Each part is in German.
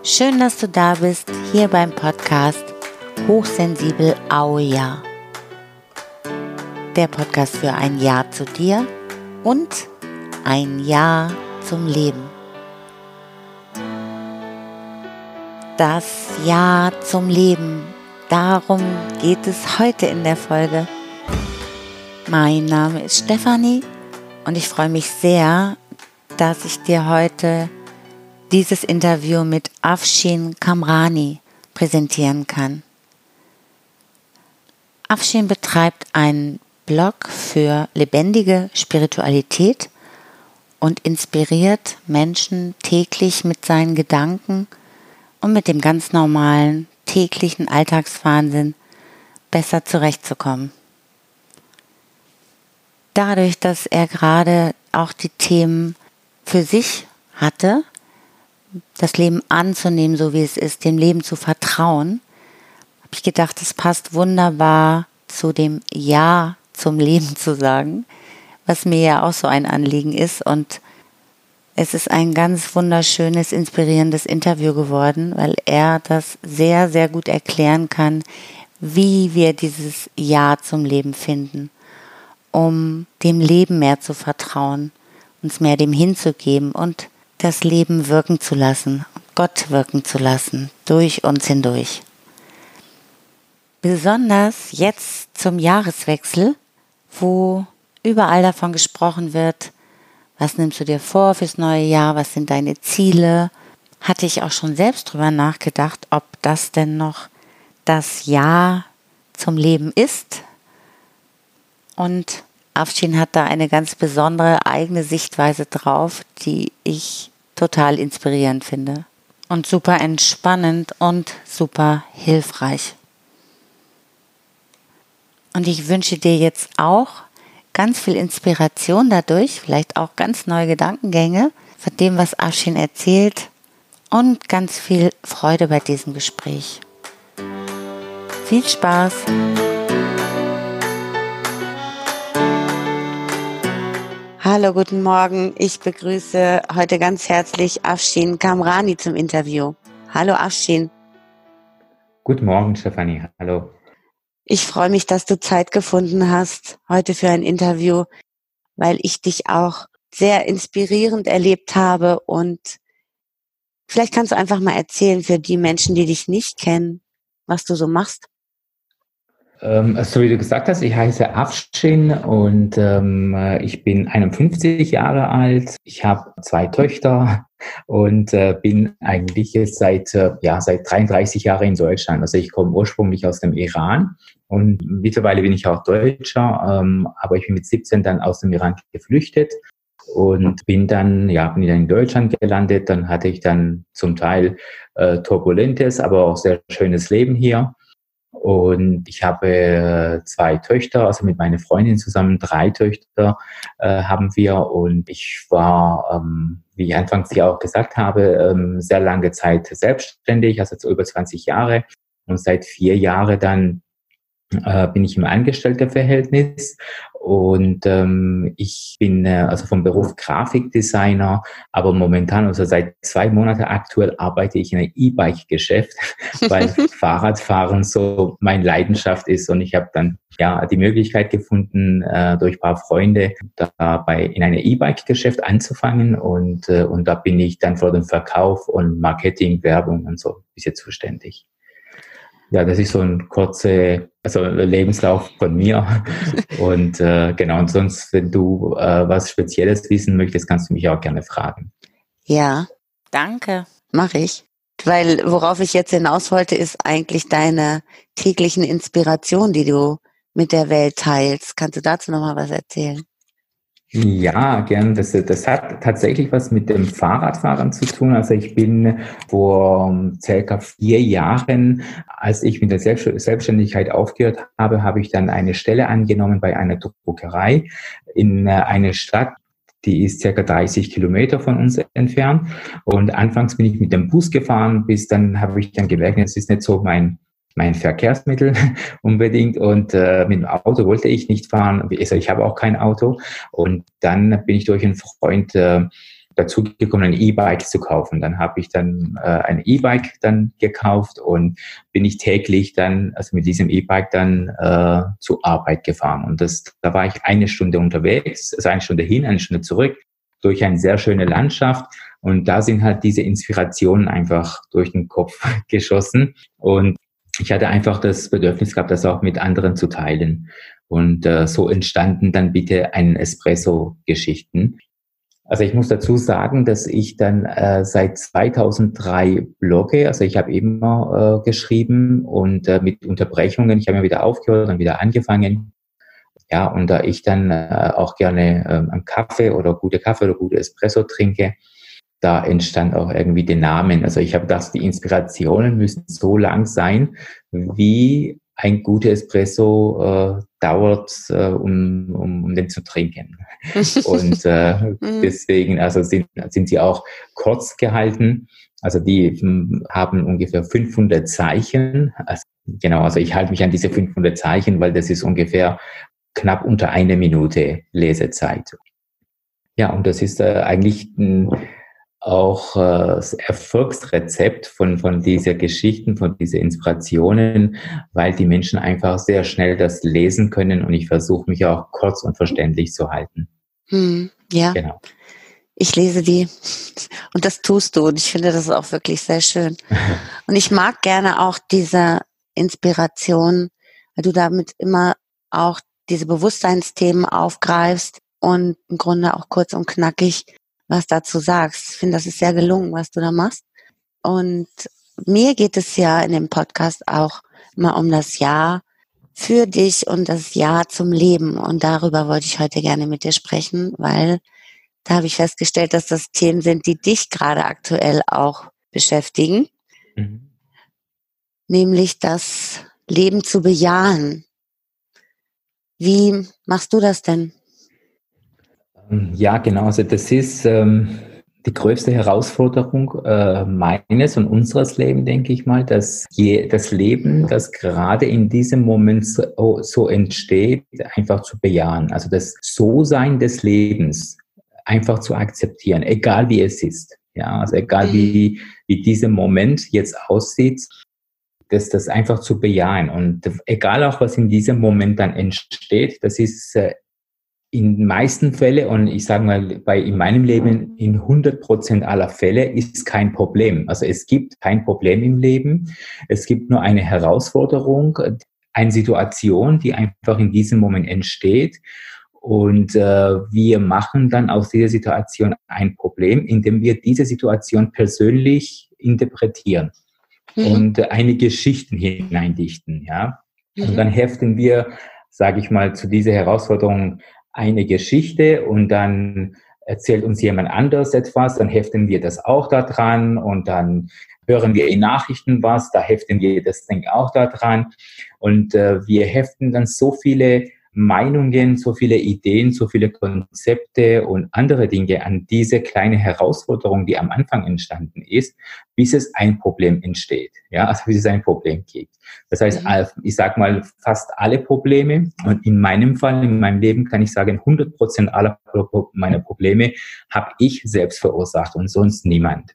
Schön, dass du da bist, hier beim Podcast Hochsensibel Auja. Der Podcast für ein Ja zu dir und ein Ja zum Leben. Das Ja zum Leben, darum geht es heute in der Folge. Mein Name ist Stefanie und ich freue mich sehr, dass ich dir heute dieses Interview mit Afshin Kamrani präsentieren kann. Afshin betreibt einen Blog für lebendige Spiritualität und inspiriert Menschen täglich mit seinen Gedanken und mit dem ganz normalen täglichen Alltagswahnsinn besser zurechtzukommen. Dadurch, dass er gerade auch die Themen für sich hatte, das Leben anzunehmen, so wie es ist, dem Leben zu vertrauen, habe ich gedacht, es passt wunderbar zu dem Ja zum Leben zu sagen, was mir ja auch so ein Anliegen ist. Und es ist ein ganz wunderschönes, inspirierendes Interview geworden, weil er das sehr, sehr gut erklären kann, wie wir dieses Ja zum Leben finden, um dem Leben mehr zu vertrauen, uns mehr dem hinzugeben und das Leben wirken zu lassen, Gott wirken zu lassen, durch uns hindurch. Besonders jetzt zum Jahreswechsel, wo überall davon gesprochen wird, was nimmst du dir vor fürs neue Jahr, was sind deine Ziele, hatte ich auch schon selbst drüber nachgedacht, ob das denn noch das Ja zum Leben ist. Und Afshin hat da eine ganz besondere eigene Sichtweise drauf, die ich total inspirierend finde und super entspannend und super hilfreich. Und ich wünsche dir jetzt auch ganz viel Inspiration dadurch, vielleicht auch ganz neue Gedankengänge von dem, was Afshin erzählt und ganz viel Freude bei diesem Gespräch. Viel Spaß! Hallo, guten Morgen. Ich begrüße heute ganz herzlich Afshin Kamrani zum Interview. Hallo Afshin. Guten Morgen, Stefanie. Hallo. Ich freue mich, dass du Zeit gefunden hast heute für ein Interview, weil ich dich auch sehr inspirierend erlebt habe und vielleicht kannst du einfach mal erzählen für die Menschen, die dich nicht kennen, was du so machst. So wie du gesagt hast, ich heiße Afshin und ich bin 51 Jahre alt. Ich habe 2 Töchter und bin eigentlich jetzt seit 33 Jahren in Deutschland. Also ich komme ursprünglich aus dem Iran und mittlerweile bin ich auch Deutscher, aber ich bin mit 17 dann aus dem Iran geflüchtet und bin dann in Deutschland gelandet. Dann hatte ich dann zum Teil turbulentes, aber auch sehr schönes Leben hier. Und ich habe 2 Töchter, also mit meiner Freundin zusammen 3 Töchter haben wir. Und ich war, wie ich anfangs ja auch gesagt habe, sehr lange Zeit selbstständig, also über 20 Jahre. Und seit 4 Jahren dann bin ich im Angestelltenverhältnis und ich bin also vom Beruf Grafikdesigner, aber momentan, also seit 2 Monaten aktuell, arbeite ich in einem E-Bike-Geschäft, weil Fahrradfahren so meine Leidenschaft ist und ich habe dann die Möglichkeit gefunden, durch ein paar Freunde in einem E-Bike-Geschäft anzufangen und da bin ich dann für den Verkauf und Marketing, Werbung und so ein bisschen zuständig. Ja, das ist so ein kurzer Lebenslauf von mir. Und genau, und sonst, wenn du was Spezielles wissen möchtest, kannst du mich auch gerne fragen. Ja, danke, mache ich. Weil worauf ich jetzt hinaus wollte, ist eigentlich deine täglichen Inspirationen, die du mit der Welt teilst. Kannst du dazu nochmal was erzählen? Ja, gern. Das hat tatsächlich was mit dem Fahrradfahren zu tun. Also ich bin vor circa 4 Jahren, als ich mit der Selbstständigkeit aufgehört habe, habe ich dann eine Stelle angenommen bei einer Druckerei in einer Stadt, die ist circa 30 Kilometer von uns entfernt. Und anfangs bin ich mit dem Bus gefahren, bis dann habe ich dann gemerkt, es ist nicht so mein Verkehrsmittel unbedingt und mit dem Auto wollte ich nicht fahren. Also ich habe auch kein Auto und dann bin ich durch einen Freund dazu gekommen, ein E-Bike zu kaufen. Dann habe ich dann ein E-Bike dann gekauft und bin ich täglich dann, also mit diesem E-Bike dann zur Arbeit gefahren. Und da war ich 1 Stunde unterwegs, also 1 Stunde hin, 1 Stunde zurück, durch eine sehr schöne Landschaft. Und da sind halt diese Inspirationen einfach durch den Kopf geschossen. Und ich hatte einfach das Bedürfnis gehabt, das auch mit anderen zu teilen. Und so entstanden dann bitte ein Espresso-Geschichten. Also ich muss dazu sagen, dass ich dann seit 2003 blogge. Also ich habe immer geschrieben und mit Unterbrechungen. Ich habe immer wieder aufgehört und wieder angefangen. Ja, und da ich dann auch gerne einen Kaffee oder gute Espresso trinke, da entstand auch irgendwie der Name. Also ich habe gedacht, die Inspirationen müssen so lang sein, wie ein guter Espresso dauert, um den zu trinken. Und deswegen also sind sie auch kurz gehalten. Also die haben ungefähr 500 Zeichen. Also, genau, also ich halte mich an diese 500 Zeichen, weil das ist ungefähr knapp unter 1 Minute Lesezeit. Ja, und das ist eigentlich auch das Erfolgsrezept von dieser Geschichten, von diesen Inspirationen, weil die Menschen einfach sehr schnell das lesen können und ich versuche mich auch kurz und verständlich zu halten. Ja, Genau. ich lese die und das tust du und ich finde das auch wirklich sehr schön. Und ich mag gerne auch diese Inspiration, weil du damit immer auch diese Bewusstseinsthemen aufgreifst und im Grunde auch kurz und knackig was dazu sagst. Ich finde, das ist sehr gelungen, was du da machst. Und mir geht es ja in dem Podcast auch immer um das Ja für dich und das Ja zum Leben. Und darüber wollte ich heute gerne mit dir sprechen, weil da habe ich festgestellt, dass das Themen sind, die dich gerade aktuell auch beschäftigen. Mhm. Nämlich das Leben zu bejahen. Wie machst du das denn? Ja, genau. Also das ist die größte Herausforderung meines und unseres Lebens, denke ich mal, dass das Leben, das gerade in diesem Moment so entsteht, einfach zu bejahen. Also das So-Sein des Lebens einfach zu akzeptieren, egal wie es ist. Ja, also egal wie dieser Moment jetzt aussieht, das einfach zu bejahen. Und egal auch, was in diesem Moment dann entsteht, das ist in den meisten Fällen, und ich sage mal, in meinem Leben in 100% aller Fälle ist kein Problem. Also es gibt kein Problem im Leben. Es gibt nur eine Herausforderung, eine Situation, die einfach in diesem Moment entsteht. Und wir machen dann aus dieser Situation ein Problem, indem wir diese Situation persönlich interpretieren und einige Geschichten hineindichten. Ja? Und dann heften wir, sage ich mal, zu dieser Herausforderung eine Geschichte und dann erzählt uns jemand anders etwas, dann heften wir das auch da dran und dann hören wir in Nachrichten was, da heften wir das Ding auch da dran und wir heften dann so viele Meinungen, so viele Ideen, so viele Konzepte und andere Dinge an diese kleine Herausforderung, die am Anfang entstanden ist, bis es ein Problem entsteht. Ja, also bis es ein Problem gibt. Das heißt, ich sage mal, fast alle Probleme, und in meinem Fall, in meinem Leben kann ich sagen, 100% aller meiner Probleme habe ich selbst verursacht und sonst niemand.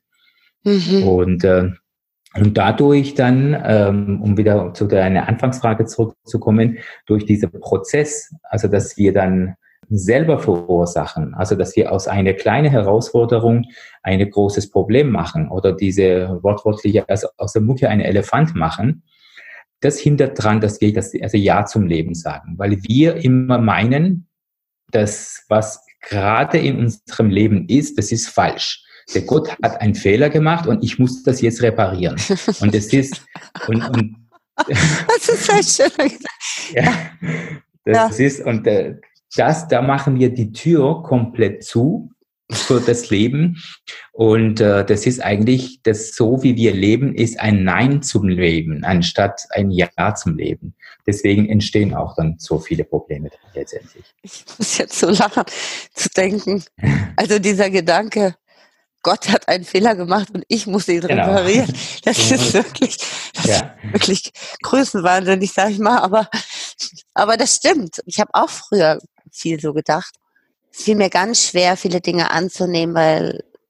Und dadurch dann, um wieder zu deiner Anfangsfrage zurückzukommen, durch diesen Prozess, also dass wir dann selber verursachen, also dass wir aus einer kleinen Herausforderung ein großes Problem machen oder diese wortwörtliche, also aus der Mucke einen Elefant machen, das hindert daran, dass wir also Ja zum Leben sagen, weil wir immer meinen, dass was gerade in unserem Leben ist, das ist falsch. Der Gott hat einen Fehler gemacht und ich muss das jetzt reparieren. Und das ist das ist sehr schön. Ja, das ist und da machen wir die Tür komplett zu für das Leben und das ist eigentlich das, so wie wir leben, ist ein Nein zum Leben anstatt ein Ja zum Leben. Deswegen entstehen auch dann so viele Probleme letztendlich. Ich muss jetzt so lachen, zu denken, also dieser Gedanke, Gott hat einen Fehler gemacht und ich muss ihn reparieren. Das ist wirklich größenwahnsinnig, sag ich mal. Aber das stimmt. Ich habe auch früher viel so gedacht. Es fiel mir ganz schwer, viele Dinge anzunehmen, weil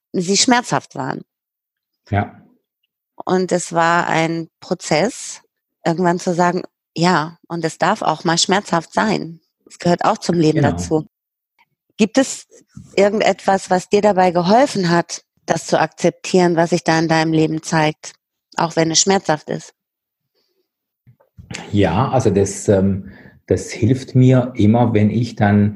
sie schmerzhaft waren. Ja. Und es war ein Prozess, irgendwann zu sagen, ja, und es darf auch mal schmerzhaft sein. Es gehört auch zum Leben Genau. dazu. Gibt es irgendetwas, was dir dabei geholfen hat, das zu akzeptieren, was sich da in deinem Leben zeigt, auch wenn es schmerzhaft ist? Ja, also das hilft mir immer, wenn ich dann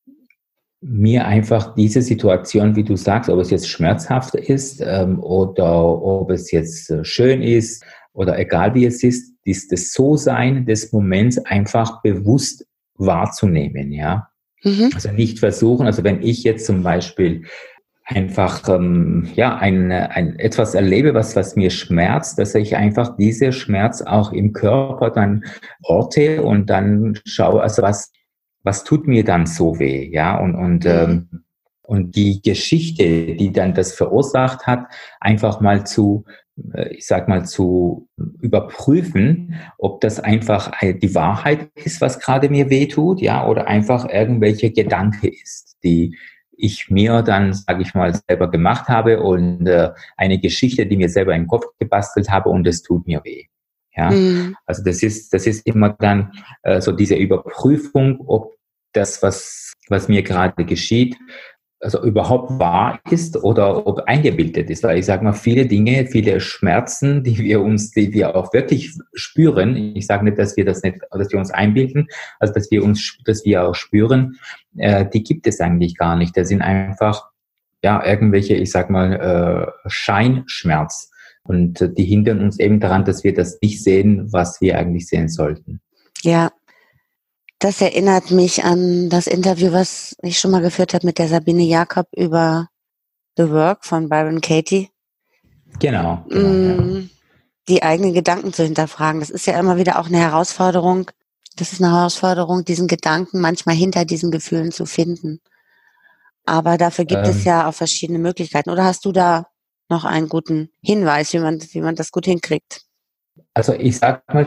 mir einfach diese Situation, wie du sagst, ob es jetzt schmerzhaft ist oder ob es jetzt schön ist oder egal wie es ist, das So-Sein des Moments einfach bewusst wahrzunehmen, ja. Mhm. Also nicht versuchen, also wenn ich jetzt zum Beispiel einfach ja ein etwas erlebe, was mir schmerzt, dass ich einfach diese Schmerz auch im Körper dann orte und dann schaue, also was tut mir dann so weh, ja Mhm. und die Geschichte, die dann das verursacht hat, einfach mal ich sag mal zu überprüfen, ob das einfach die Wahrheit ist, was gerade mir weh tut, ja, oder einfach irgendwelche Gedanke ist, die ich mir dann, sage ich mal, selber gemacht habe und eine Geschichte, die mir selber in den Kopf gebastelt habe und es tut mir weh. Ja, Mhm. also das ist immer dann so diese Überprüfung, ob das, was mir gerade geschieht, also überhaupt wahr ist oder ob eingebildet ist. Weil ich sage mal, viele Dinge, viele Schmerzen, die wir auch wirklich spüren, ich sage nicht, dass wir das nicht, dass wir uns einbilden, also dass wir auch spüren, die gibt es eigentlich gar nicht. Das sind einfach, ja, irgendwelche, ich sag mal, Scheinschmerz. Und die hindern uns eben daran, dass wir das nicht sehen, was wir eigentlich sehen sollten. Ja, das erinnert mich an das Interview, was ich schon mal geführt habe mit der Sabine Jakob über The Work von Byron Katie. Genau, ja. Die eigenen Gedanken zu hinterfragen. Das ist ja immer wieder auch eine Herausforderung. Das ist eine Herausforderung, diesen Gedanken manchmal hinter diesen Gefühlen zu finden. Aber dafür gibt es Ähm, ja auch verschiedene Möglichkeiten. Oder hast du da noch einen guten Hinweis, wie man das gut hinkriegt? Also ich sag mal,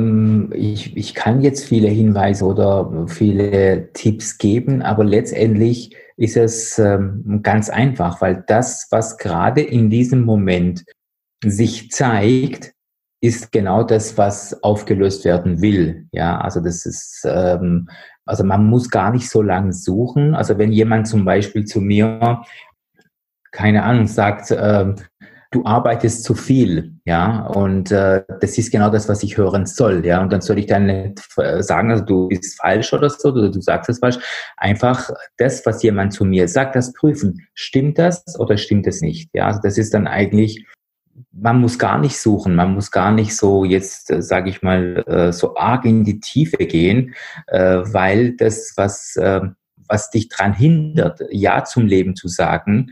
ich kann jetzt viele Hinweise oder viele Tipps geben, aber letztendlich ist es ganz einfach, weil das, was gerade in diesem Moment sich zeigt, ist genau das, was aufgelöst werden will. Ja, also das ist, also man muss gar nicht so lange suchen. Also wenn jemand zum Beispiel zu mir, keine Ahnung, sagt, du arbeitest zu viel, ja, und das ist genau das, was ich hören soll, ja, und dann soll ich dann nicht sagen, also du bist falsch oder so, oder du sagst es falsch, einfach das, was jemand zu mir sagt, das prüfen, stimmt das oder stimmt es nicht, ja, also das ist dann eigentlich, man muss gar nicht suchen, man muss gar nicht so jetzt, sage ich mal, so arg in die Tiefe gehen, weil das, was dich dran hindert, Ja zum Leben zu sagen,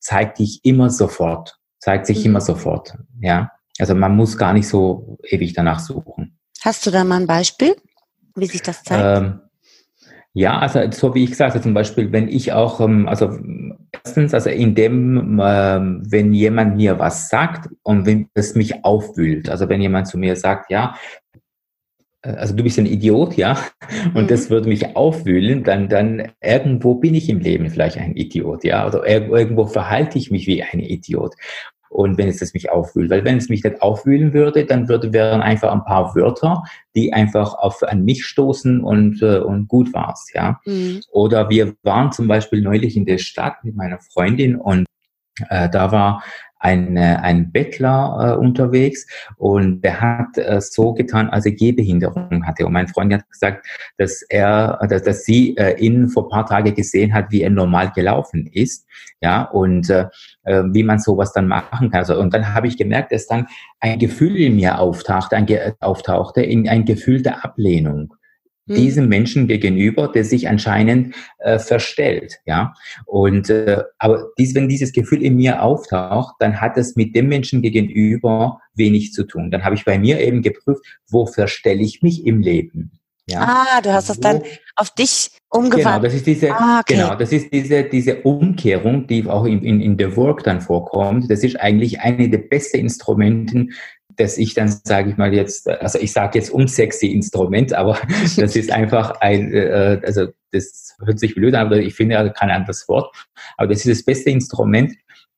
zeigt sich immer Mhm. sofort, ja. Also man muss gar nicht so ewig danach suchen. Hast du da mal ein Beispiel, wie sich das zeigt? Ähm, ja, also so wie ich gesagt habe, zum Beispiel, wenn ich auch, also erstens, also wenn jemand mir was sagt und wenn es mich aufwühlt, also wenn jemand zu mir sagt, ja, also du bist ein Idiot, ja, und Mhm. das würde mich aufwühlen, dann irgendwo bin ich im Leben vielleicht ein Idiot, ja, oder irgendwo verhalte ich mich wie ein Idiot. Und wenn es das mich aufwühlt, weil wenn es mich nicht aufwühlen würde, wären einfach ein paar Wörter, die einfach an mich stoßen und gut war's, ja. Mhm. Oder wir waren zum Beispiel neulich in der Stadt mit meiner Freundin und da war ein Bettler unterwegs und der hat so getan, als er Gehbehinderung hatte. Und mein Freund hat gesagt, dass sie ihn vor ein paar Tagen gesehen hat, wie er normal gelaufen ist, ja, und wie man sowas dann machen kann. Also, und dann habe ich gemerkt, dass dann ein Gefühl in mir auftauchte, in ein Gefühl der Ablehnung Mhm. diesem Menschen gegenüber, der sich anscheinend verstellt, ja. Und aber wenn dieses Gefühl in mir auftaucht, dann hat es mit dem Menschen gegenüber wenig zu tun. Dann habe ich bei mir eben geprüft, wo verstelle ich mich im Leben, ja. Ah, du hast das dann Wo auf dich Genau, umgewandelt. Ah, okay. das ist diese Umkehrung, die auch in The Work dann vorkommt. Das ist eigentlich eine der besten Instrumenten, dass ich dann, sage ich mal jetzt, also ich sage jetzt unsexy Instrument, aber das ist einfach also das hört sich blöd an, aber ich finde kein anderes Wort, aber das ist das beste Instrument,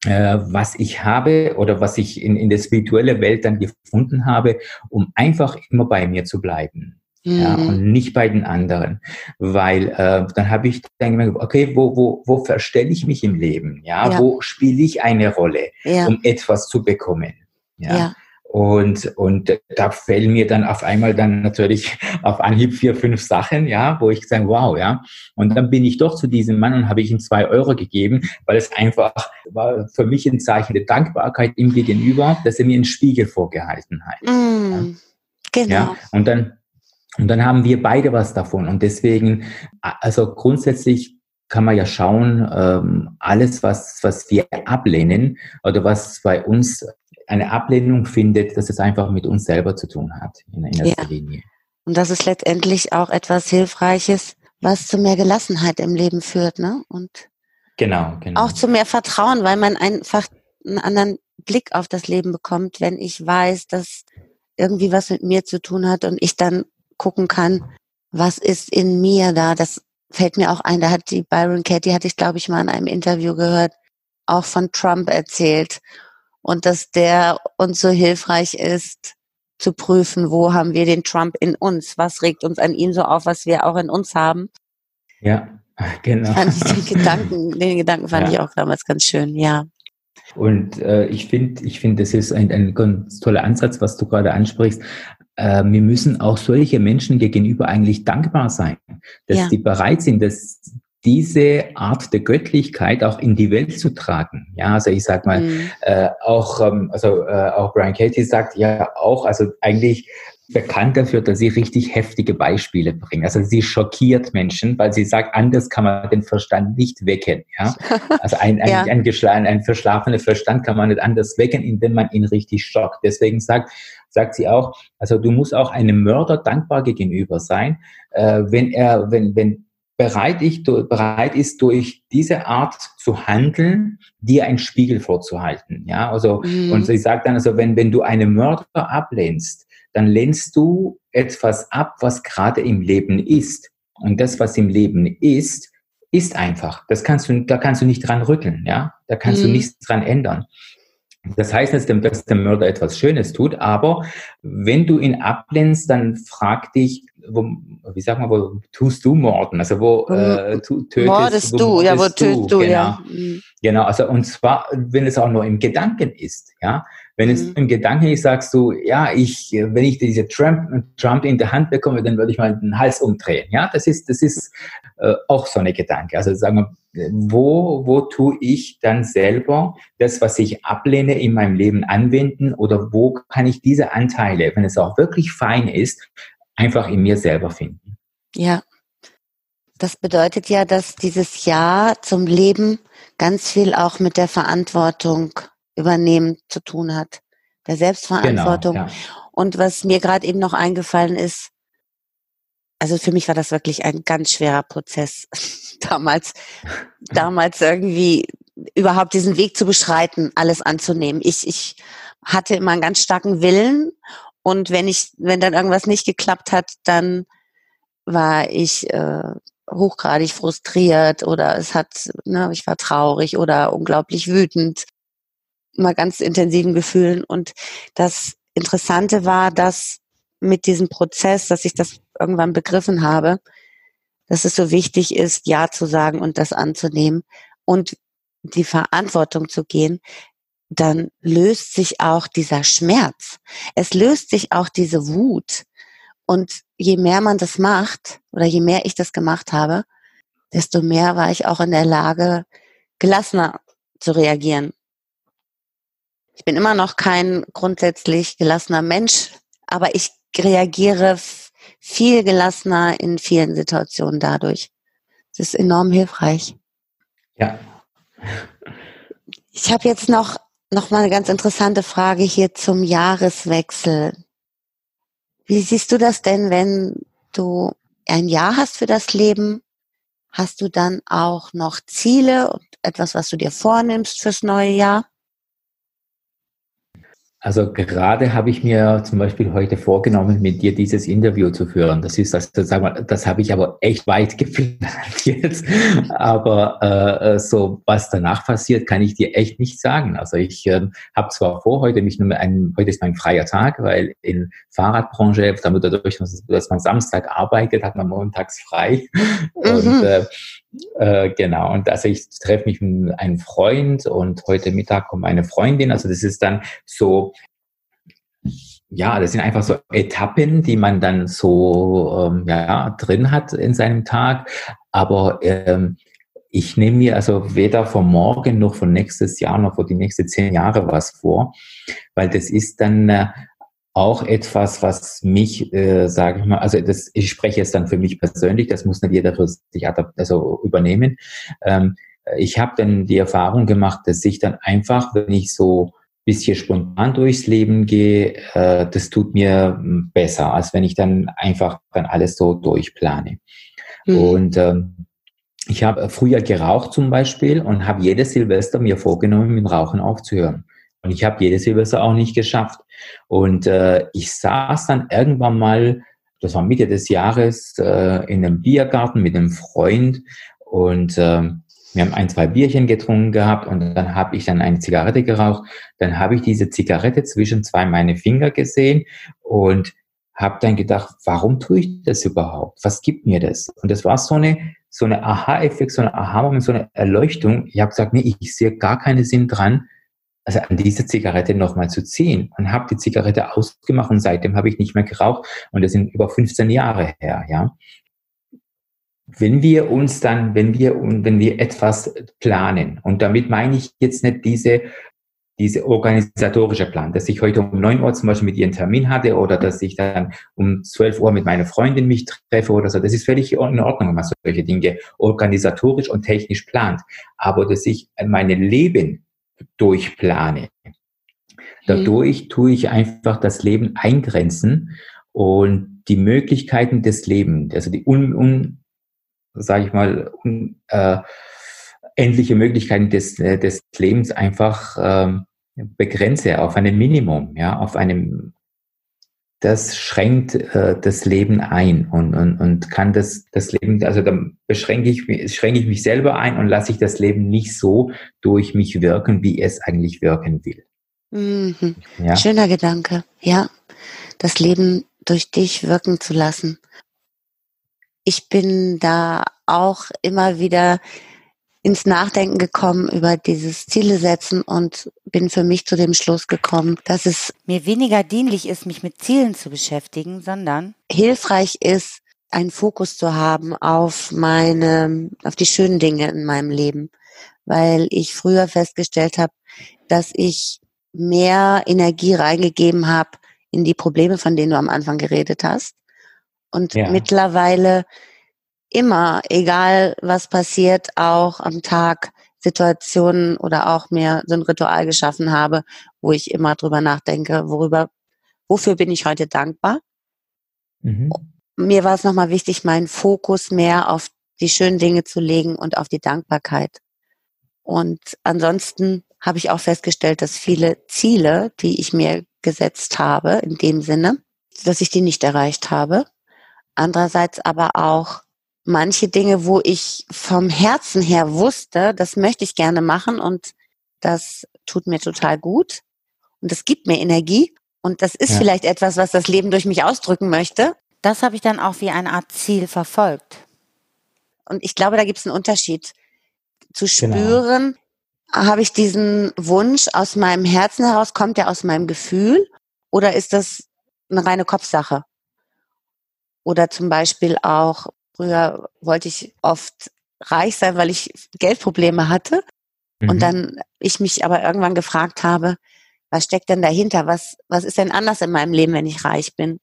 was ich habe oder was ich in der spirituellen Welt dann gefunden habe, um einfach immer bei mir zu bleiben. Ja, Mhm. und nicht bei den anderen. Weil dann habe ich dann gemerkt, okay, wo verstelle ich mich im Leben? Ja, Ja, wo spiele ich eine Rolle, ja, um etwas zu bekommen? Ja. ja, Und da fällen mir dann auf einmal dann natürlich auf Anhieb 4, 5 Sachen, ja, wo ich sage, wow, ja. Und dann bin ich doch zu diesem Mann und habe ich ihm 2 € gegeben, weil es einfach war für mich ein Zeichen der Dankbarkeit ihm gegenüber, dass er mir einen Spiegel vorgehalten hat. Ja, mhm. ja. Genau. Und dann haben wir beide was davon. Und deswegen, also grundsätzlich kann man ja schauen, alles, was wir ablehnen oder was bei uns eine Ablehnung findet, dass es einfach mit uns selber zu tun hat, in Ja. erster Linie. Und das ist letztendlich auch etwas Hilfreiches, was zu mehr Gelassenheit im Leben führt, ne? Und Genau, auch genau. zu mehr Vertrauen, weil man einfach einen anderen Blick auf das Leben bekommt, wenn ich weiß, dass irgendwie was mit mir zu tun hat und ich dann gucken kann, was ist in mir da. Das fällt mir auch ein, da hat die Byron Katie, hatte ich glaube ich mal in einem Interview gehört, auch von Trump erzählt und dass der uns so hilfreich ist, zu prüfen, wo haben wir den Trump in uns, was regt uns an ihm so auf, was wir auch in uns haben. Ja, genau. Fand ich den Gedanken fand ich Ja. auch damals ganz schön, ja. Und ich finde, das ist ein ganz toller Ansatz, was du gerade ansprichst. Wir müssen auch solche Menschen gegenüber eigentlich dankbar sein, dass Ja. die bereit sind, dass diese Art der Göttlichkeit auch in die Welt zu tragen. Ja, also ich sag mal, Mhm. auch Brian Katie sagt ja auch, also eigentlich bekannt dafür, dass sie richtig heftige Beispiele bringt. Also sie schockiert Menschen, weil sie sagt, anders kann man den Verstand nicht wecken. Ja, also Ja. ein verschlafener Verstand kann man nicht anders wecken, indem man ihn richtig schockt. Deswegen sagt sie auch, also du musst auch einem Mörder dankbar gegenüber sein, wenn bereit ist, durch diese Art zu handeln, dir einen Spiegel vorzuhalten. Ja, also, und Mhm. sie sagt dann, also, wenn du einen Mörder ablehnst, dann lehnst du etwas ab, was gerade im Leben ist. Und das, was im Leben ist einfach. Da kannst du nicht dran rütteln, ja. Da kannst du Mhm. nichts dran ändern. Das heißt nicht, dass der Mörder etwas Schönes tut, aber wenn du ihn ablehnst, dann frag dich, wie sag mal, wo tust du Morden? Also Mordest wo du, ja, wo mordest tötest du? du, ja. Genau. Mhm. Genau, also und zwar, wenn es auch nur im Gedanken ist, ja. Wenn es Mhm. im Gedanken ist, sagst du, ja, wenn ich diese Trump in der Hand bekomme, dann würde ich mal den Hals umdrehen. Ja, das ist auch so eine Gedanke. Also sagen wir, wo tue ich dann selber das, was ich ablehne, in meinem Leben anwenden oder wo kann ich diese Anteile, wenn es auch wirklich fein ist, einfach in mir selber finden? Ja, das bedeutet ja, dass dieses Ja zum Leben ganz viel auch mit der Verantwortung übernehmen zu tun hat, der Genau, Selbstverantwortung. ja. Und was mir gerade eben noch eingefallen ist, also für mich war das wirklich ein ganz schwerer Prozess, damals irgendwie überhaupt diesen Weg zu beschreiten, alles anzunehmen. Ich hatte immer einen ganz starken Willen und wenn dann irgendwas nicht geklappt hat, dann war ich hochgradig frustriert oder ich war traurig oder unglaublich wütend, mal ganz intensiven Gefühlen. Und das Interessante war, dass mit diesem Prozess, dass ich das irgendwann begriffen habe, dass es so wichtig ist, Ja zu sagen und das anzunehmen und die Verantwortung zu gehen, dann löst sich auch dieser Schmerz. Es löst sich auch diese Wut. Und je mehr man das macht oder je mehr ich das gemacht habe, desto mehr war ich auch in der Lage, gelassener zu reagieren. Ich bin immer noch kein grundsätzlich gelassener Mensch, aber ich reagiere viel gelassener in vielen Situationen dadurch. Das ist enorm hilfreich. Ja. Ich habe jetzt noch mal eine ganz interessante Frage hier zum Jahreswechsel. Wie siehst du das denn, wenn du ein Jahr hast für das Leben? Hast du dann auch noch Ziele und etwas, was du dir vornimmst fürs neue Jahr? Also gerade habe ich mir zum Beispiel heute vorgenommen, mit dir dieses Interview zu führen. Das ist, also, sag mal, das habe ich aber echt weit geplant jetzt. Aber so was danach passiert, kann ich dir echt nicht sagen. Also ich habe zwar vor, heute ist mein freier Tag, weil in Fahrradbranche, damit dadurch, dass man Samstag arbeitet, hat man montags frei. Und Mhm. genau, und also ich treffe mich mit einem Freund und heute Mittag kommt eine Freundin. Also das ist dann so, ja, das sind einfach so Etappen, die man dann so ja, drin hat in seinem Tag. Aber ich nehme mir also weder von morgen noch von nächstes Jahr noch für die nächsten 10 Jahre was vor, weil das ist dann auch etwas, was mich, sage ich mal, also ich spreche jetzt dann für mich persönlich, das muss nicht jeder für sich also übernehmen. Ich habe dann die Erfahrung gemacht, dass ich dann einfach, wenn ich so bisschen spontan durchs Leben gehe, das tut mir besser, als wenn ich dann einfach dann alles so durchplane. Mhm. Und ich habe früher geraucht zum Beispiel und habe jedes Silvester mir vorgenommen, mit dem Rauchen aufzuhören. Und ich habe jedes Silvester auch nicht geschafft. Und ich saß dann irgendwann mal, das war Mitte des Jahres, in einem Biergarten mit einem Freund und wir haben 2 Bierchen getrunken gehabt und dann habe ich dann eine Zigarette geraucht. Dann habe ich diese Zigarette zwischen 2 meine Finger gesehen und habe dann gedacht, warum tue ich das überhaupt? Was gibt mir das? Und das war so eine Aha-Effekt, so eine Aha-Moment, so eine Erleuchtung. Ich habe gesagt, nee, ich sehe gar keinen Sinn dran, also an diese Zigarette nochmal zu ziehen und habe die Zigarette ausgemacht und seitdem habe ich nicht mehr geraucht und das sind über 15 Jahre her, ja. Wenn wir etwas planen, und damit meine ich jetzt nicht diese organisatorische Plan, dass ich heute um 9 Uhr zum Beispiel mit ihr einen Termin hatte oder dass ich dann um 12 Uhr mit meiner Freundin mich treffe oder so. Das ist völlig in Ordnung, wenn man solche Dinge organisatorisch und technisch plant. Aber dass ich mein Leben durchplane, Mhm. dadurch tue ich einfach das Leben eingrenzen und die Möglichkeiten des Lebens, also die sage ich mal, endliche Möglichkeiten des Lebens einfach begrenze auf ein Minimum, ja, auf einem, das schränkt das Leben ein und kann das Leben, also dann schränke ich mich selber ein und lasse ich das Leben nicht so durch mich wirken, wie es eigentlich wirken will. Mhm. Ja, Schöner Gedanke, ja, das Leben durch dich wirken zu lassen. Ich bin da auch immer wieder ins Nachdenken gekommen über dieses Ziele setzen und bin für mich zu dem Schluss gekommen, dass es mir weniger dienlich ist, mich mit Zielen zu beschäftigen, sondern hilfreich ist, einen Fokus zu haben auf auf die schönen Dinge in meinem Leben, weil ich früher festgestellt habe, dass ich mehr Energie reingegeben habe in die Probleme, von denen du am Anfang geredet hast. Und ja, mittlerweile immer, egal was passiert, auch am Tag Situationen oder auch mir so ein Ritual geschaffen habe, wo ich immer drüber nachdenke, wofür bin ich heute dankbar? mhm. Mir war es nochmal wichtig, meinen Fokus mehr auf die schönen Dinge zu legen und auf die Dankbarkeit. Und ansonsten habe ich auch festgestellt, dass viele Ziele, die ich mir gesetzt habe, in dem Sinne, dass ich die nicht erreicht habe. Andererseits aber auch manche Dinge, wo ich vom Herzen her wusste, das möchte ich gerne machen und das tut mir total gut und das gibt mir Energie und das ist Ja, vielleicht etwas, was das Leben durch mich ausdrücken möchte. Das habe ich dann auch wie eine Art Ziel verfolgt. Und ich glaube, da gibt es einen Unterschied. Zu genau. spüren, habe ich diesen Wunsch aus meinem Herzen heraus, kommt der aus meinem Gefühl oder ist das eine reine Kopfsache? Oder zum Beispiel auch, früher wollte ich oft reich sein, weil ich Geldprobleme hatte. Und Mhm. dann ich mich aber irgendwann gefragt habe, was steckt denn dahinter? Was ist denn anders in meinem Leben, wenn ich reich bin?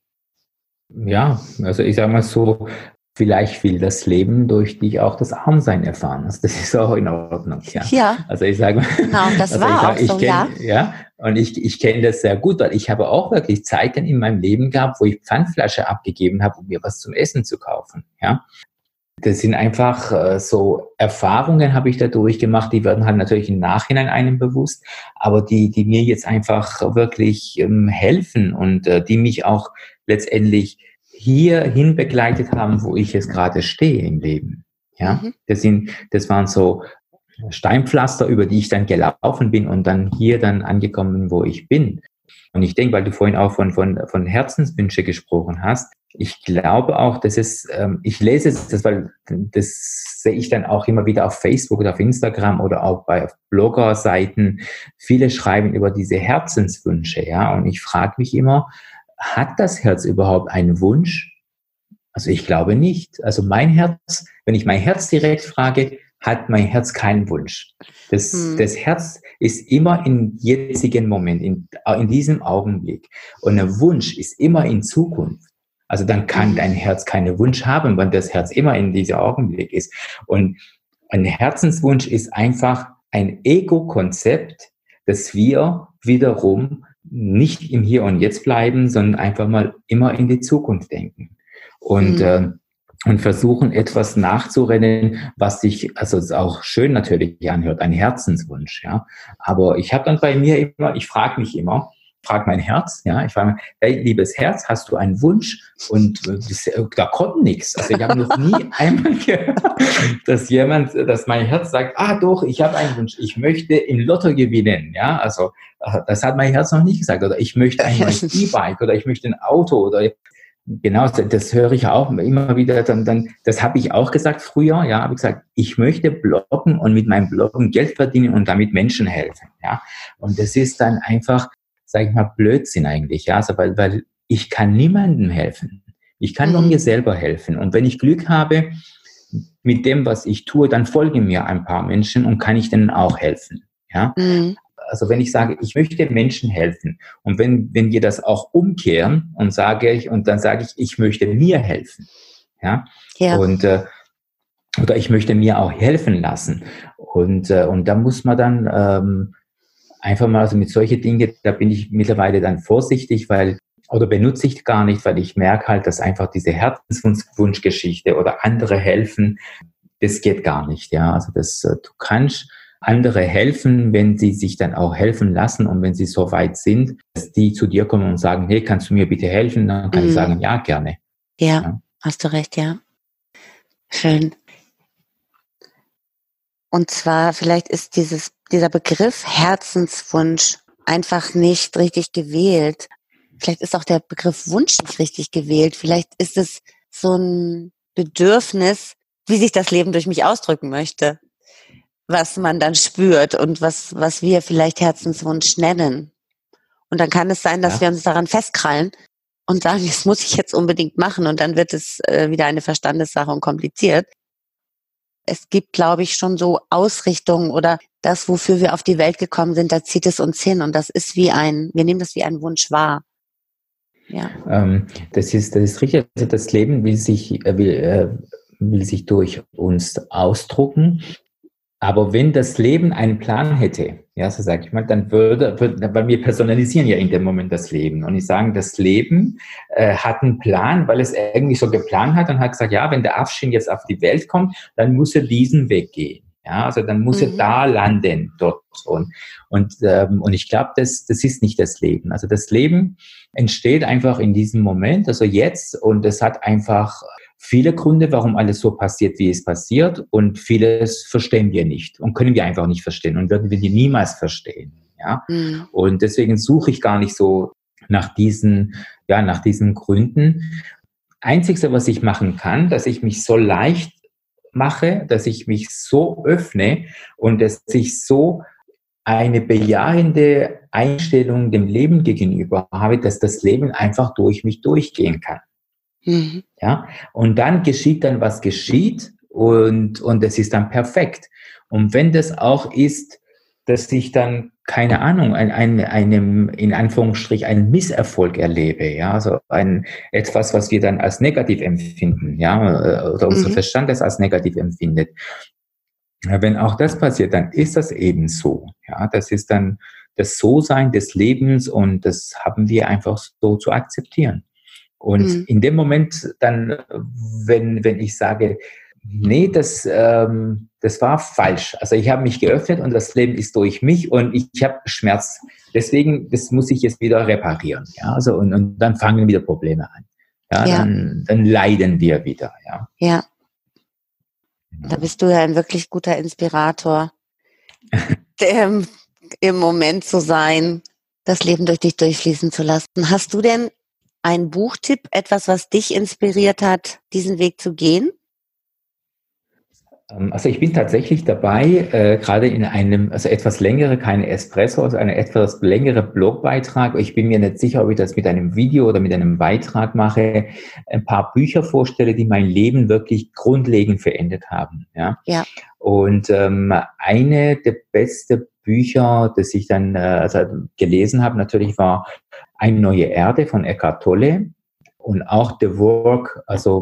Ja, also ich sage mal so, vielleicht will das Leben durch dich auch das Armsein erfahren. Also das ist auch in Ordnung, ja. Ja, Also ich sage, genau, das also ich war auch sage, so, ich ja. kenne, ja, und ich kenne das sehr gut, weil ich habe auch wirklich Zeiten in meinem Leben gehabt, wo ich Pfandflasche abgegeben habe, um mir was zum Essen zu kaufen, ja. das sind einfach so Erfahrungen, habe ich dadurch gemacht, die werden halt natürlich im Nachhinein einem bewusst, aber die mir jetzt einfach wirklich helfen und die mich auch letztendlich hierhin begleitet haben, wo ich jetzt gerade stehe im Leben. Ja, Mhm. das waren so Steinpflaster, über die ich dann gelaufen bin und dann hier dann angekommen, wo ich bin. Und ich denke, weil du vorhin auch von Herzenswünsche gesprochen hast, ich glaube auch, dass ich lese es, weil das sehe ich dann auch immer wieder auf Facebook oder auf Instagram oder auch bei Bloggerseiten. Viele schreiben über diese Herzenswünsche, ja. Und ich frage mich immer, hat das Herz überhaupt einen Wunsch? Also ich glaube nicht. Also mein Herz, wenn ich mein Herz direkt frage, hat mein Herz keinen Wunsch. Das Herz ist immer im jetzigen Moment, in diesem Augenblick. Und ein Wunsch ist immer in Zukunft. Also dann kann dein Herz keinen Wunsch haben, weil das Herz immer in diesem Augenblick ist. Und ein Herzenswunsch ist einfach ein Ego-Konzept, dass wir wiederum nicht im Hier und Jetzt bleiben, sondern einfach mal immer in die Zukunft denken. Und versuchen, etwas nachzurennen, was sich, also es auch schön natürlich anhört, ein Herzenswunsch, ja. Aber ich habe dann bei mir immer, ich frage mich immer, frage mein Herz, ja, ich frage mich, hey, liebes Herz, hast du einen Wunsch? Und da kommt nichts. Also ich habe noch nie einmal gehört, dass mein Herz sagt, doch, ich habe einen Wunsch, ich möchte im Lotto gewinnen, ja. Also das hat mein Herz noch nicht gesagt. Oder ich möchte ein neues E-Bike oder ich möchte ein Auto oder genau, das höre ich auch immer wieder. Das habe ich auch gesagt früher. Ja, habe ich gesagt, ich möchte bloggen und mit meinem Bloggen Geld verdienen und damit Menschen helfen. Ja, und das ist dann einfach, sage ich mal, Blödsinn eigentlich. Ja, also weil ich kann niemandem helfen. Ich kann nur mir selber helfen. Und wenn ich Glück habe mit dem, was ich tue, dann folgen mir ein paar Menschen und kann ich denen auch helfen. Ja. Also wenn ich sage, ich möchte Menschen helfen und wenn wir das auch umkehren und dann sage ich, ich möchte mir helfen, ja, und oder ich möchte mir auch helfen lassen und da muss man dann einfach mal, also mit solche Dinge, da bin ich mittlerweile dann vorsichtig, oder benutze ich gar nicht, weil ich merke halt, dass einfach diese Herzenswunschgeschichte oder andere helfen, das geht gar nicht, ja, also du kannst andere helfen, wenn sie sich dann auch helfen lassen und wenn sie so weit sind, dass die zu dir kommen und sagen, hey, kannst du mir bitte helfen? Dann kann ich sagen, ja, gerne. Ja, hast du recht, ja. Schön. Und zwar, vielleicht ist dieser Begriff Herzenswunsch einfach nicht richtig gewählt. Vielleicht ist auch der Begriff Wunsch nicht richtig gewählt. Vielleicht ist es so ein Bedürfnis, wie sich das Leben durch mich ausdrücken möchte, was man dann spürt und was wir vielleicht Herzenswunsch nennen. Und dann kann es sein, dass wir uns daran festkrallen und sagen, das muss ich jetzt unbedingt machen und dann wird es wieder eine Verstandessache und kompliziert. Es gibt, glaube ich, schon so Ausrichtungen oder das, wofür wir auf die Welt gekommen sind, da zieht es uns hin und das ist wir nehmen das wie einen Wunsch wahr. Ja. Das ist richtig. Also das Leben will sich durch uns ausdrucken. Aber wenn das Leben einen Plan hätte, ja, so sage ich mal, dann weil wir personalisieren ja in dem Moment das Leben. Und ich sage, das Leben hat einen Plan, weil es irgendwie so geplant hat und hat gesagt, ja, wenn der Afshin jetzt auf die Welt kommt, dann muss er diesen Weg gehen. Ja, also dann muss er da landen, dort. Und ich glaube, das ist nicht das Leben. Also das Leben entsteht einfach in diesem Moment, also jetzt, und es hat einfach viele Gründe, warum alles so passiert, wie es passiert, und vieles verstehen wir nicht und können wir einfach nicht verstehen und werden wir die niemals verstehen. Ja? Und deswegen suche ich gar nicht so nach diesen Gründen. Einzigste, was ich machen kann, dass ich mich so leicht mache, dass ich mich so öffne und dass ich so eine bejahende Einstellung dem Leben gegenüber habe, dass das Leben einfach durch mich durchgehen kann. Ja, und dann geschieht dann, was geschieht, und es ist dann perfekt. Und wenn das auch ist, dass ich dann, keine Ahnung, einem in Anführungsstrich einen Misserfolg erlebe, ja, also etwas, was wir dann als negativ empfinden, ja, oder unser Verstand das als negativ empfindet. Ja, wenn auch das passiert, dann ist das eben so, ja, das ist dann das So-Sein des Lebens und das haben wir einfach so zu akzeptieren. Und in dem Moment dann, wenn ich sage, Nee, das war falsch. Also ich habe mich geöffnet und das Leben ist durch mich und ich habe Schmerz. Deswegen, das muss ich jetzt wieder reparieren. Ja, also und dann fangen wieder Probleme an. Ja, Ja, dann leiden wir wieder. Ja, ja. Da genau. bist du ja ein wirklich guter Inspirator, der im Moment zu sein, das Leben durch dich durchfließen zu lassen. Hast du denn einen Buchtipp, etwas, was dich inspiriert hat, diesen Weg zu gehen? Also ich bin tatsächlich dabei, gerade in einem, also etwas längere, keine Espresso, also eine etwas längere Blogbeitrag. Ich bin mir nicht sicher, ob ich das mit einem Video oder mit einem Beitrag mache. Ein paar Bücher vorstelle, die mein Leben wirklich grundlegend verändert haben. Ja. Ja, Und eine der besten Bücher, das ich dann also gelesen habe, natürlich war Eine neue Erde von Eckhart Tolle und auch The Work, also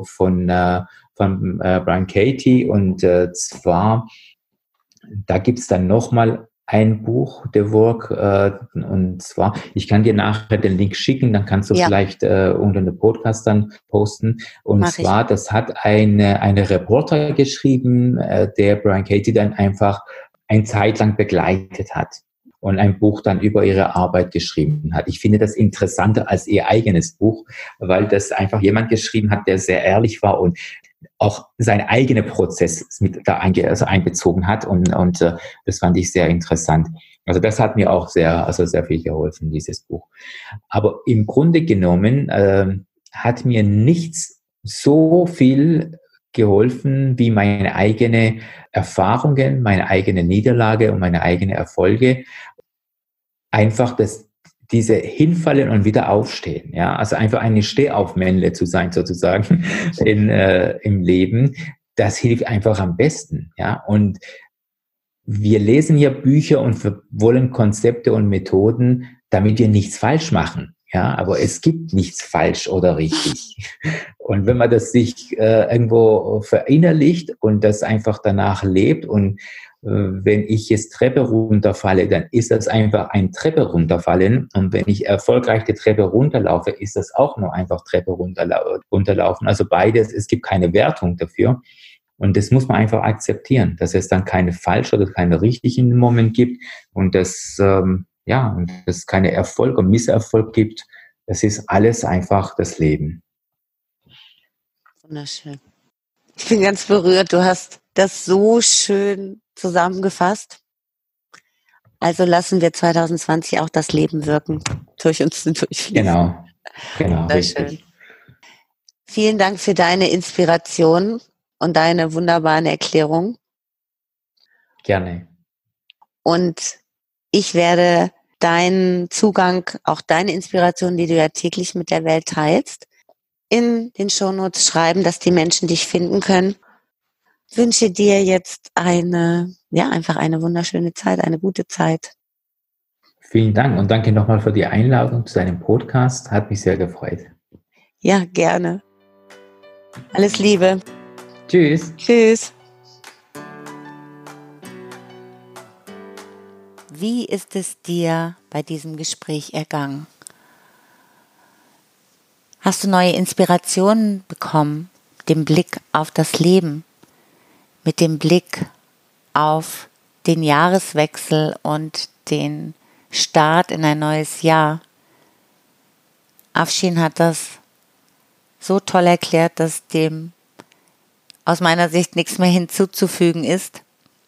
von Brian Katie. Und zwar, da gibt's dann nochmal ein Buch, The Work, und zwar, ich kann dir nachher den Link schicken, dann kannst du ja, vielleicht unter den Podcast dann posten. Und mache ich. zwar, das hat eine Reporter geschrieben, der Brian Katie dann einfach eine Zeit lang begleitet hat und ein Buch dann über ihre Arbeit geschrieben hat. Ich finde das interessanter als ihr eigenes Buch, weil das einfach jemand geschrieben hat, der sehr ehrlich war und auch sein eigener Prozess mit da also einbezogen hat und das fand ich sehr interessant. Also das hat mir auch sehr viel geholfen, dieses Buch. Aber im Grunde genommen hat mir nichts so viel geholfen wie meine eigene Erfahrungen, meine eigene Niederlage und meine eigenen Erfolge. Einfach diese hinfallen und wieder aufstehen, ja, also einfach eine Stehaufmännle zu sein sozusagen im Leben, das hilft einfach am besten, ja. Und wir lesen ja Bücher und wir wollen Konzepte und Methoden, damit wir nichts falsch machen. Ja, aber es gibt nichts falsch oder richtig. Und wenn man das sich irgendwo verinnerlicht und das einfach danach lebt und wenn ich jetzt Treppe runterfalle, dann ist das einfach ein Treppe runterfallen. Und wenn ich erfolgreich die Treppe runterlaufe, ist das auch nur einfach Treppe runterlaufen. Also beides, es gibt keine Wertung dafür. Und das muss man einfach akzeptieren, dass es dann keine falsch oder keine richtig in dem Moment gibt und und dass es keine Erfolg und Misserfolg gibt. Das ist alles einfach das Leben. Wunderschön. Ich bin ganz berührt. Du hast das so schön zusammengefasst. Also lassen wir 2020 auch das Leben wirken, durch uns durchfließen. Genau, Wunderschön. richtig. Vielen Dank für deine Inspiration und deine wunderbaren Erklärungen. Gerne. Und ich werde deinen Zugang, auch deine Inspiration, die du ja täglich mit der Welt teilst, in den Shownotes schreiben, dass die Menschen dich finden können. Ich wünsche dir jetzt einfach eine wunderschöne Zeit, eine gute Zeit. Vielen Dank und danke nochmal für die Einladung zu deinem Podcast. Hat mich sehr gefreut. Ja, gerne. Alles Liebe. Tschüss. Tschüss. Wie ist es dir bei diesem Gespräch ergangen? Hast du neue Inspirationen bekommen, mit dem Blick auf das Leben, mit dem Blick auf den Jahreswechsel und den Start in ein neues Jahr? Afshin hat das so toll erklärt, dass dem aus meiner Sicht nichts mehr hinzuzufügen ist,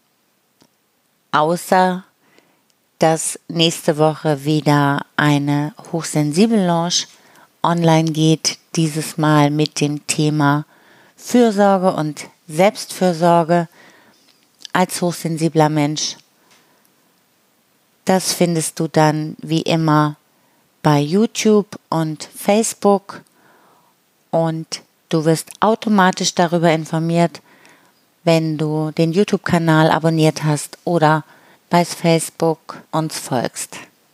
außer dass nächste Woche wieder eine Hochsensibel-Lounge online geht, dieses Mal mit dem Thema Fürsorge und Selbstfürsorge als hochsensibler Mensch. Das findest du dann wie immer bei YouTube und Facebook und du wirst automatisch darüber informiert, wenn du den YouTube-Kanal abonniert hast oder bei Facebook uns folgst.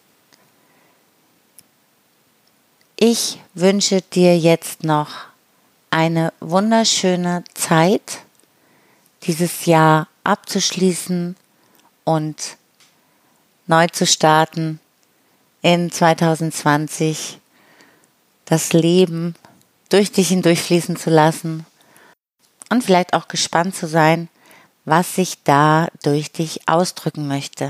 Ich wünsche dir jetzt noch eine wunderschöne Zeit, dieses Jahr abzuschließen und neu zu starten in 2020, das Leben durch dich hindurchfließen zu lassen und vielleicht auch gespannt zu sein, was sich da durch dich ausdrücken möchte.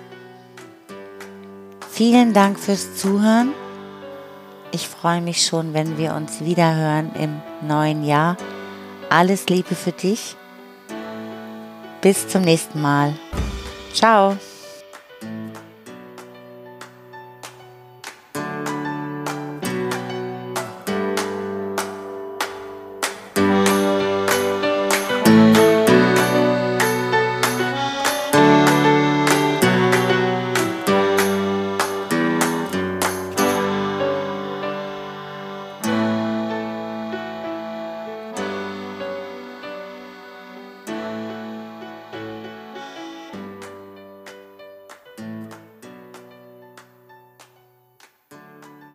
Vielen Dank fürs Zuhören. Ich freue mich schon, wenn wir uns wieder hören im neuen Jahr. Alles Liebe für dich. Bis zum nächsten Mal. Ciao.